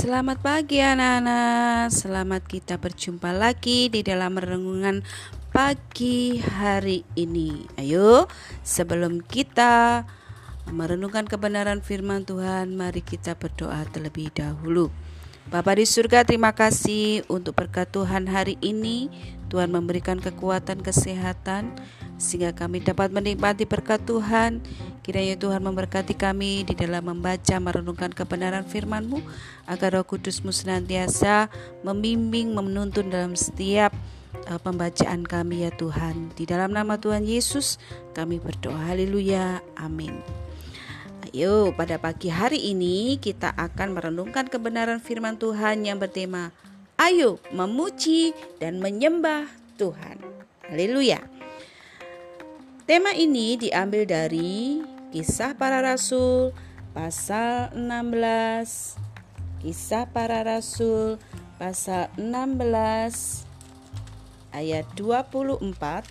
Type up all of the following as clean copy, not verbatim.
Selamat pagi anak-anak. Selamat kita berjumpa lagi di dalam renungan pagi hari ini. Ayo, sebelum kita merenungkan kebenaran firman Tuhan, mari kita berdoa terlebih dahulu. Bapa di surga, terima kasih untuk berkat Tuhan hari ini. Tuhan memberikan kekuatan, kesehatan, sehingga kami dapat menikmati berkat Tuhan. Kiranya Tuhan memberkati kami di dalam membaca, merenungkan kebenaran firman-Mu, agar Roh Kudus-Mu senantiasa membimbing, menuntun dalam setiap pembacaan kami ya Tuhan. Di dalam nama Tuhan Yesus kami berdoa, haleluya, amin. Ayo, pada pagi hari ini kita akan merenungkan kebenaran firman Tuhan yang bertema ayo memuji dan menyembah Tuhan. Haleluya. Tema ini diambil dari Kisah Para Rasul pasal 16. Kisah Para Rasul pasal 16 ayat 24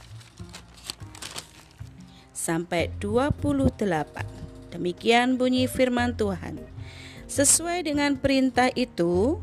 sampai 28. Demikian bunyi firman Tuhan. Sesuai dengan perintah itu,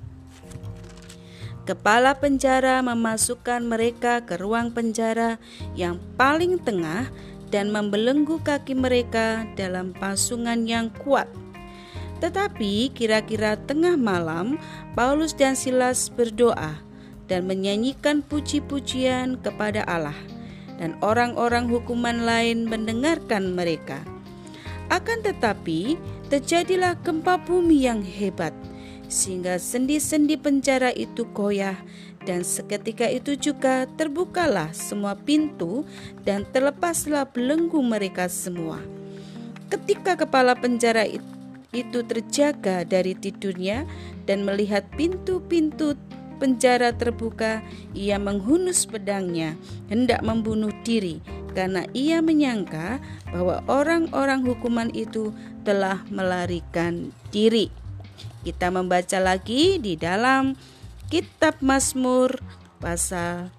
kepala penjara memasukkan mereka ke ruang penjara yang paling tengah dan membelenggu kaki mereka dalam pasungan yang kuat. Tetapi kira-kira tengah malam, Paulus dan Silas berdoa dan menyanyikan puji-pujian kepada Allah, dan orang-orang hukuman lain mendengarkan mereka. Akan tetapi terjadilah gempa bumi yang hebat, sehingga sendi-sendi penjara itu goyah, dan seketika itu juga terbukalah semua pintu dan terlepaslah belenggu mereka semua. Ketika kepala penjara itu terjaga dari tidurnya dan melihat pintu-pintu penjara terbuka, ia menghunus pedangnya hendak membunuh diri, karena ia menyangka bahwa orang-orang hukuman itu telah melarikan diri. Kita membaca lagi di dalam Kitab Mazmur pasal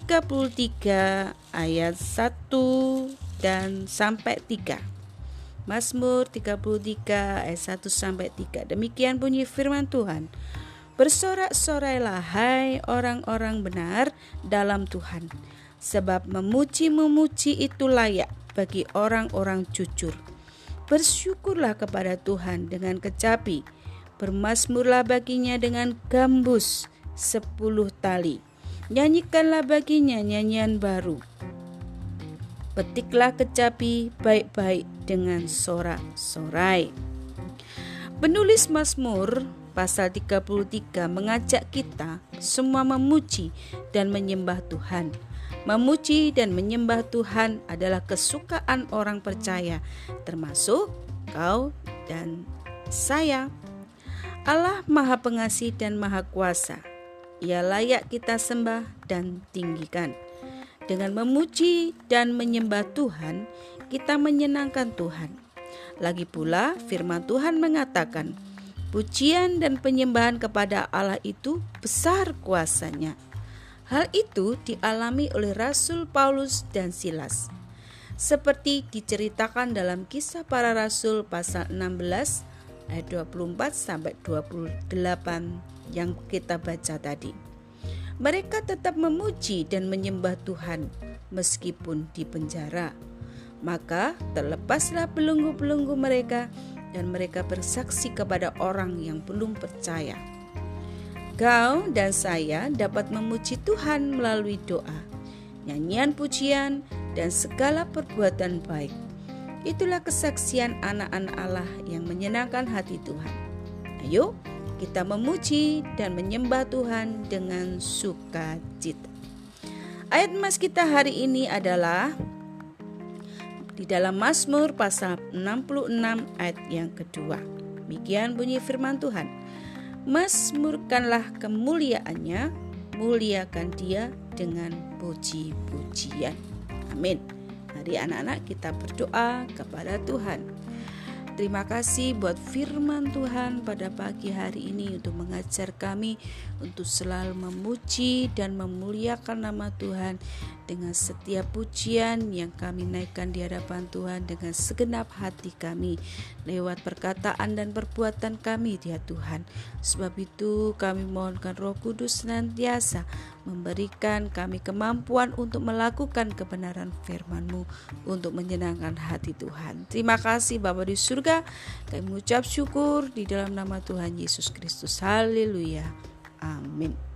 33 ayat 1 dan sampai 3. Mazmur 33 ayat 1 sampai 3. Demikian bunyi firman Tuhan. Bersorak-sorailah hai orang-orang benar dalam Tuhan, sebab memuji-memuji itu layak bagi orang-orang jujur. Bersyukurlah kepada Tuhan dengan kecapi, bermazmurlah baginya dengan gambus 10 tali. Nyanyikanlah baginya nyanyian baru. Petiklah kecapi baik-baik dengan sorak-sorai. Penulis Mazmur pasal 33 mengajak kita semua memuji dan menyembah Tuhan. Memuji dan menyembah Tuhan adalah kesukaan orang percaya, termasuk kau dan saya. Allah Maha Pengasih dan Maha Kuasa. Ia layak kita sembah dan tinggikan. Dengan memuji dan menyembah Tuhan, kita menyenangkan Tuhan. Lagi pula firman Tuhan mengatakan, pujian dan penyembahan kepada Allah itu besar kuasanya. Hal itu dialami oleh Rasul Paulus dan Silas, seperti diceritakan dalam Kisah Para Rasul pasal 16 ayat 24 sampai 28 yang kita baca tadi. Mereka tetap memuji dan menyembah Tuhan meskipun di penjara. Maka terlepaslah belenggu-belenggu mereka dan mereka bersaksi kepada orang yang belum percaya. Kau dan saya dapat memuji Tuhan melalui doa, nyanyian pujian, dan segala perbuatan baik. Itulah kesaksian anak-anak Allah yang menyenangkan hati Tuhan. Ayo kita memuji dan menyembah Tuhan dengan sukacita. Ayat emas kita hari ini adalah di dalam Mazmur pasal 66 ayat yang kedua. Demikian bunyi firman Tuhan. Mazmurkanlah kemuliaannya, muliakan dia dengan puji-pujian. Amin. Mari anak-anak kita berdoa kepada Tuhan. Terima kasih buat firman Tuhan pada pagi hari ini untuk mengajar kami untuk selalu memuji dan memuliakan nama Tuhan dengan setiap pujian yang kami naikkan di hadapan Tuhan dengan segenap hati kami lewat perkataan dan perbuatan kami ya Tuhan. Sebab itu kami mohonkan Roh Kudus senantiasa memberikan kami kemampuan untuk melakukan kebenaran firman-Mu untuk menyenangkan hati Tuhan. Terima kasih Bapa di surga, kami mengucap syukur di dalam nama Tuhan Yesus Kristus. Haleluya. Amin.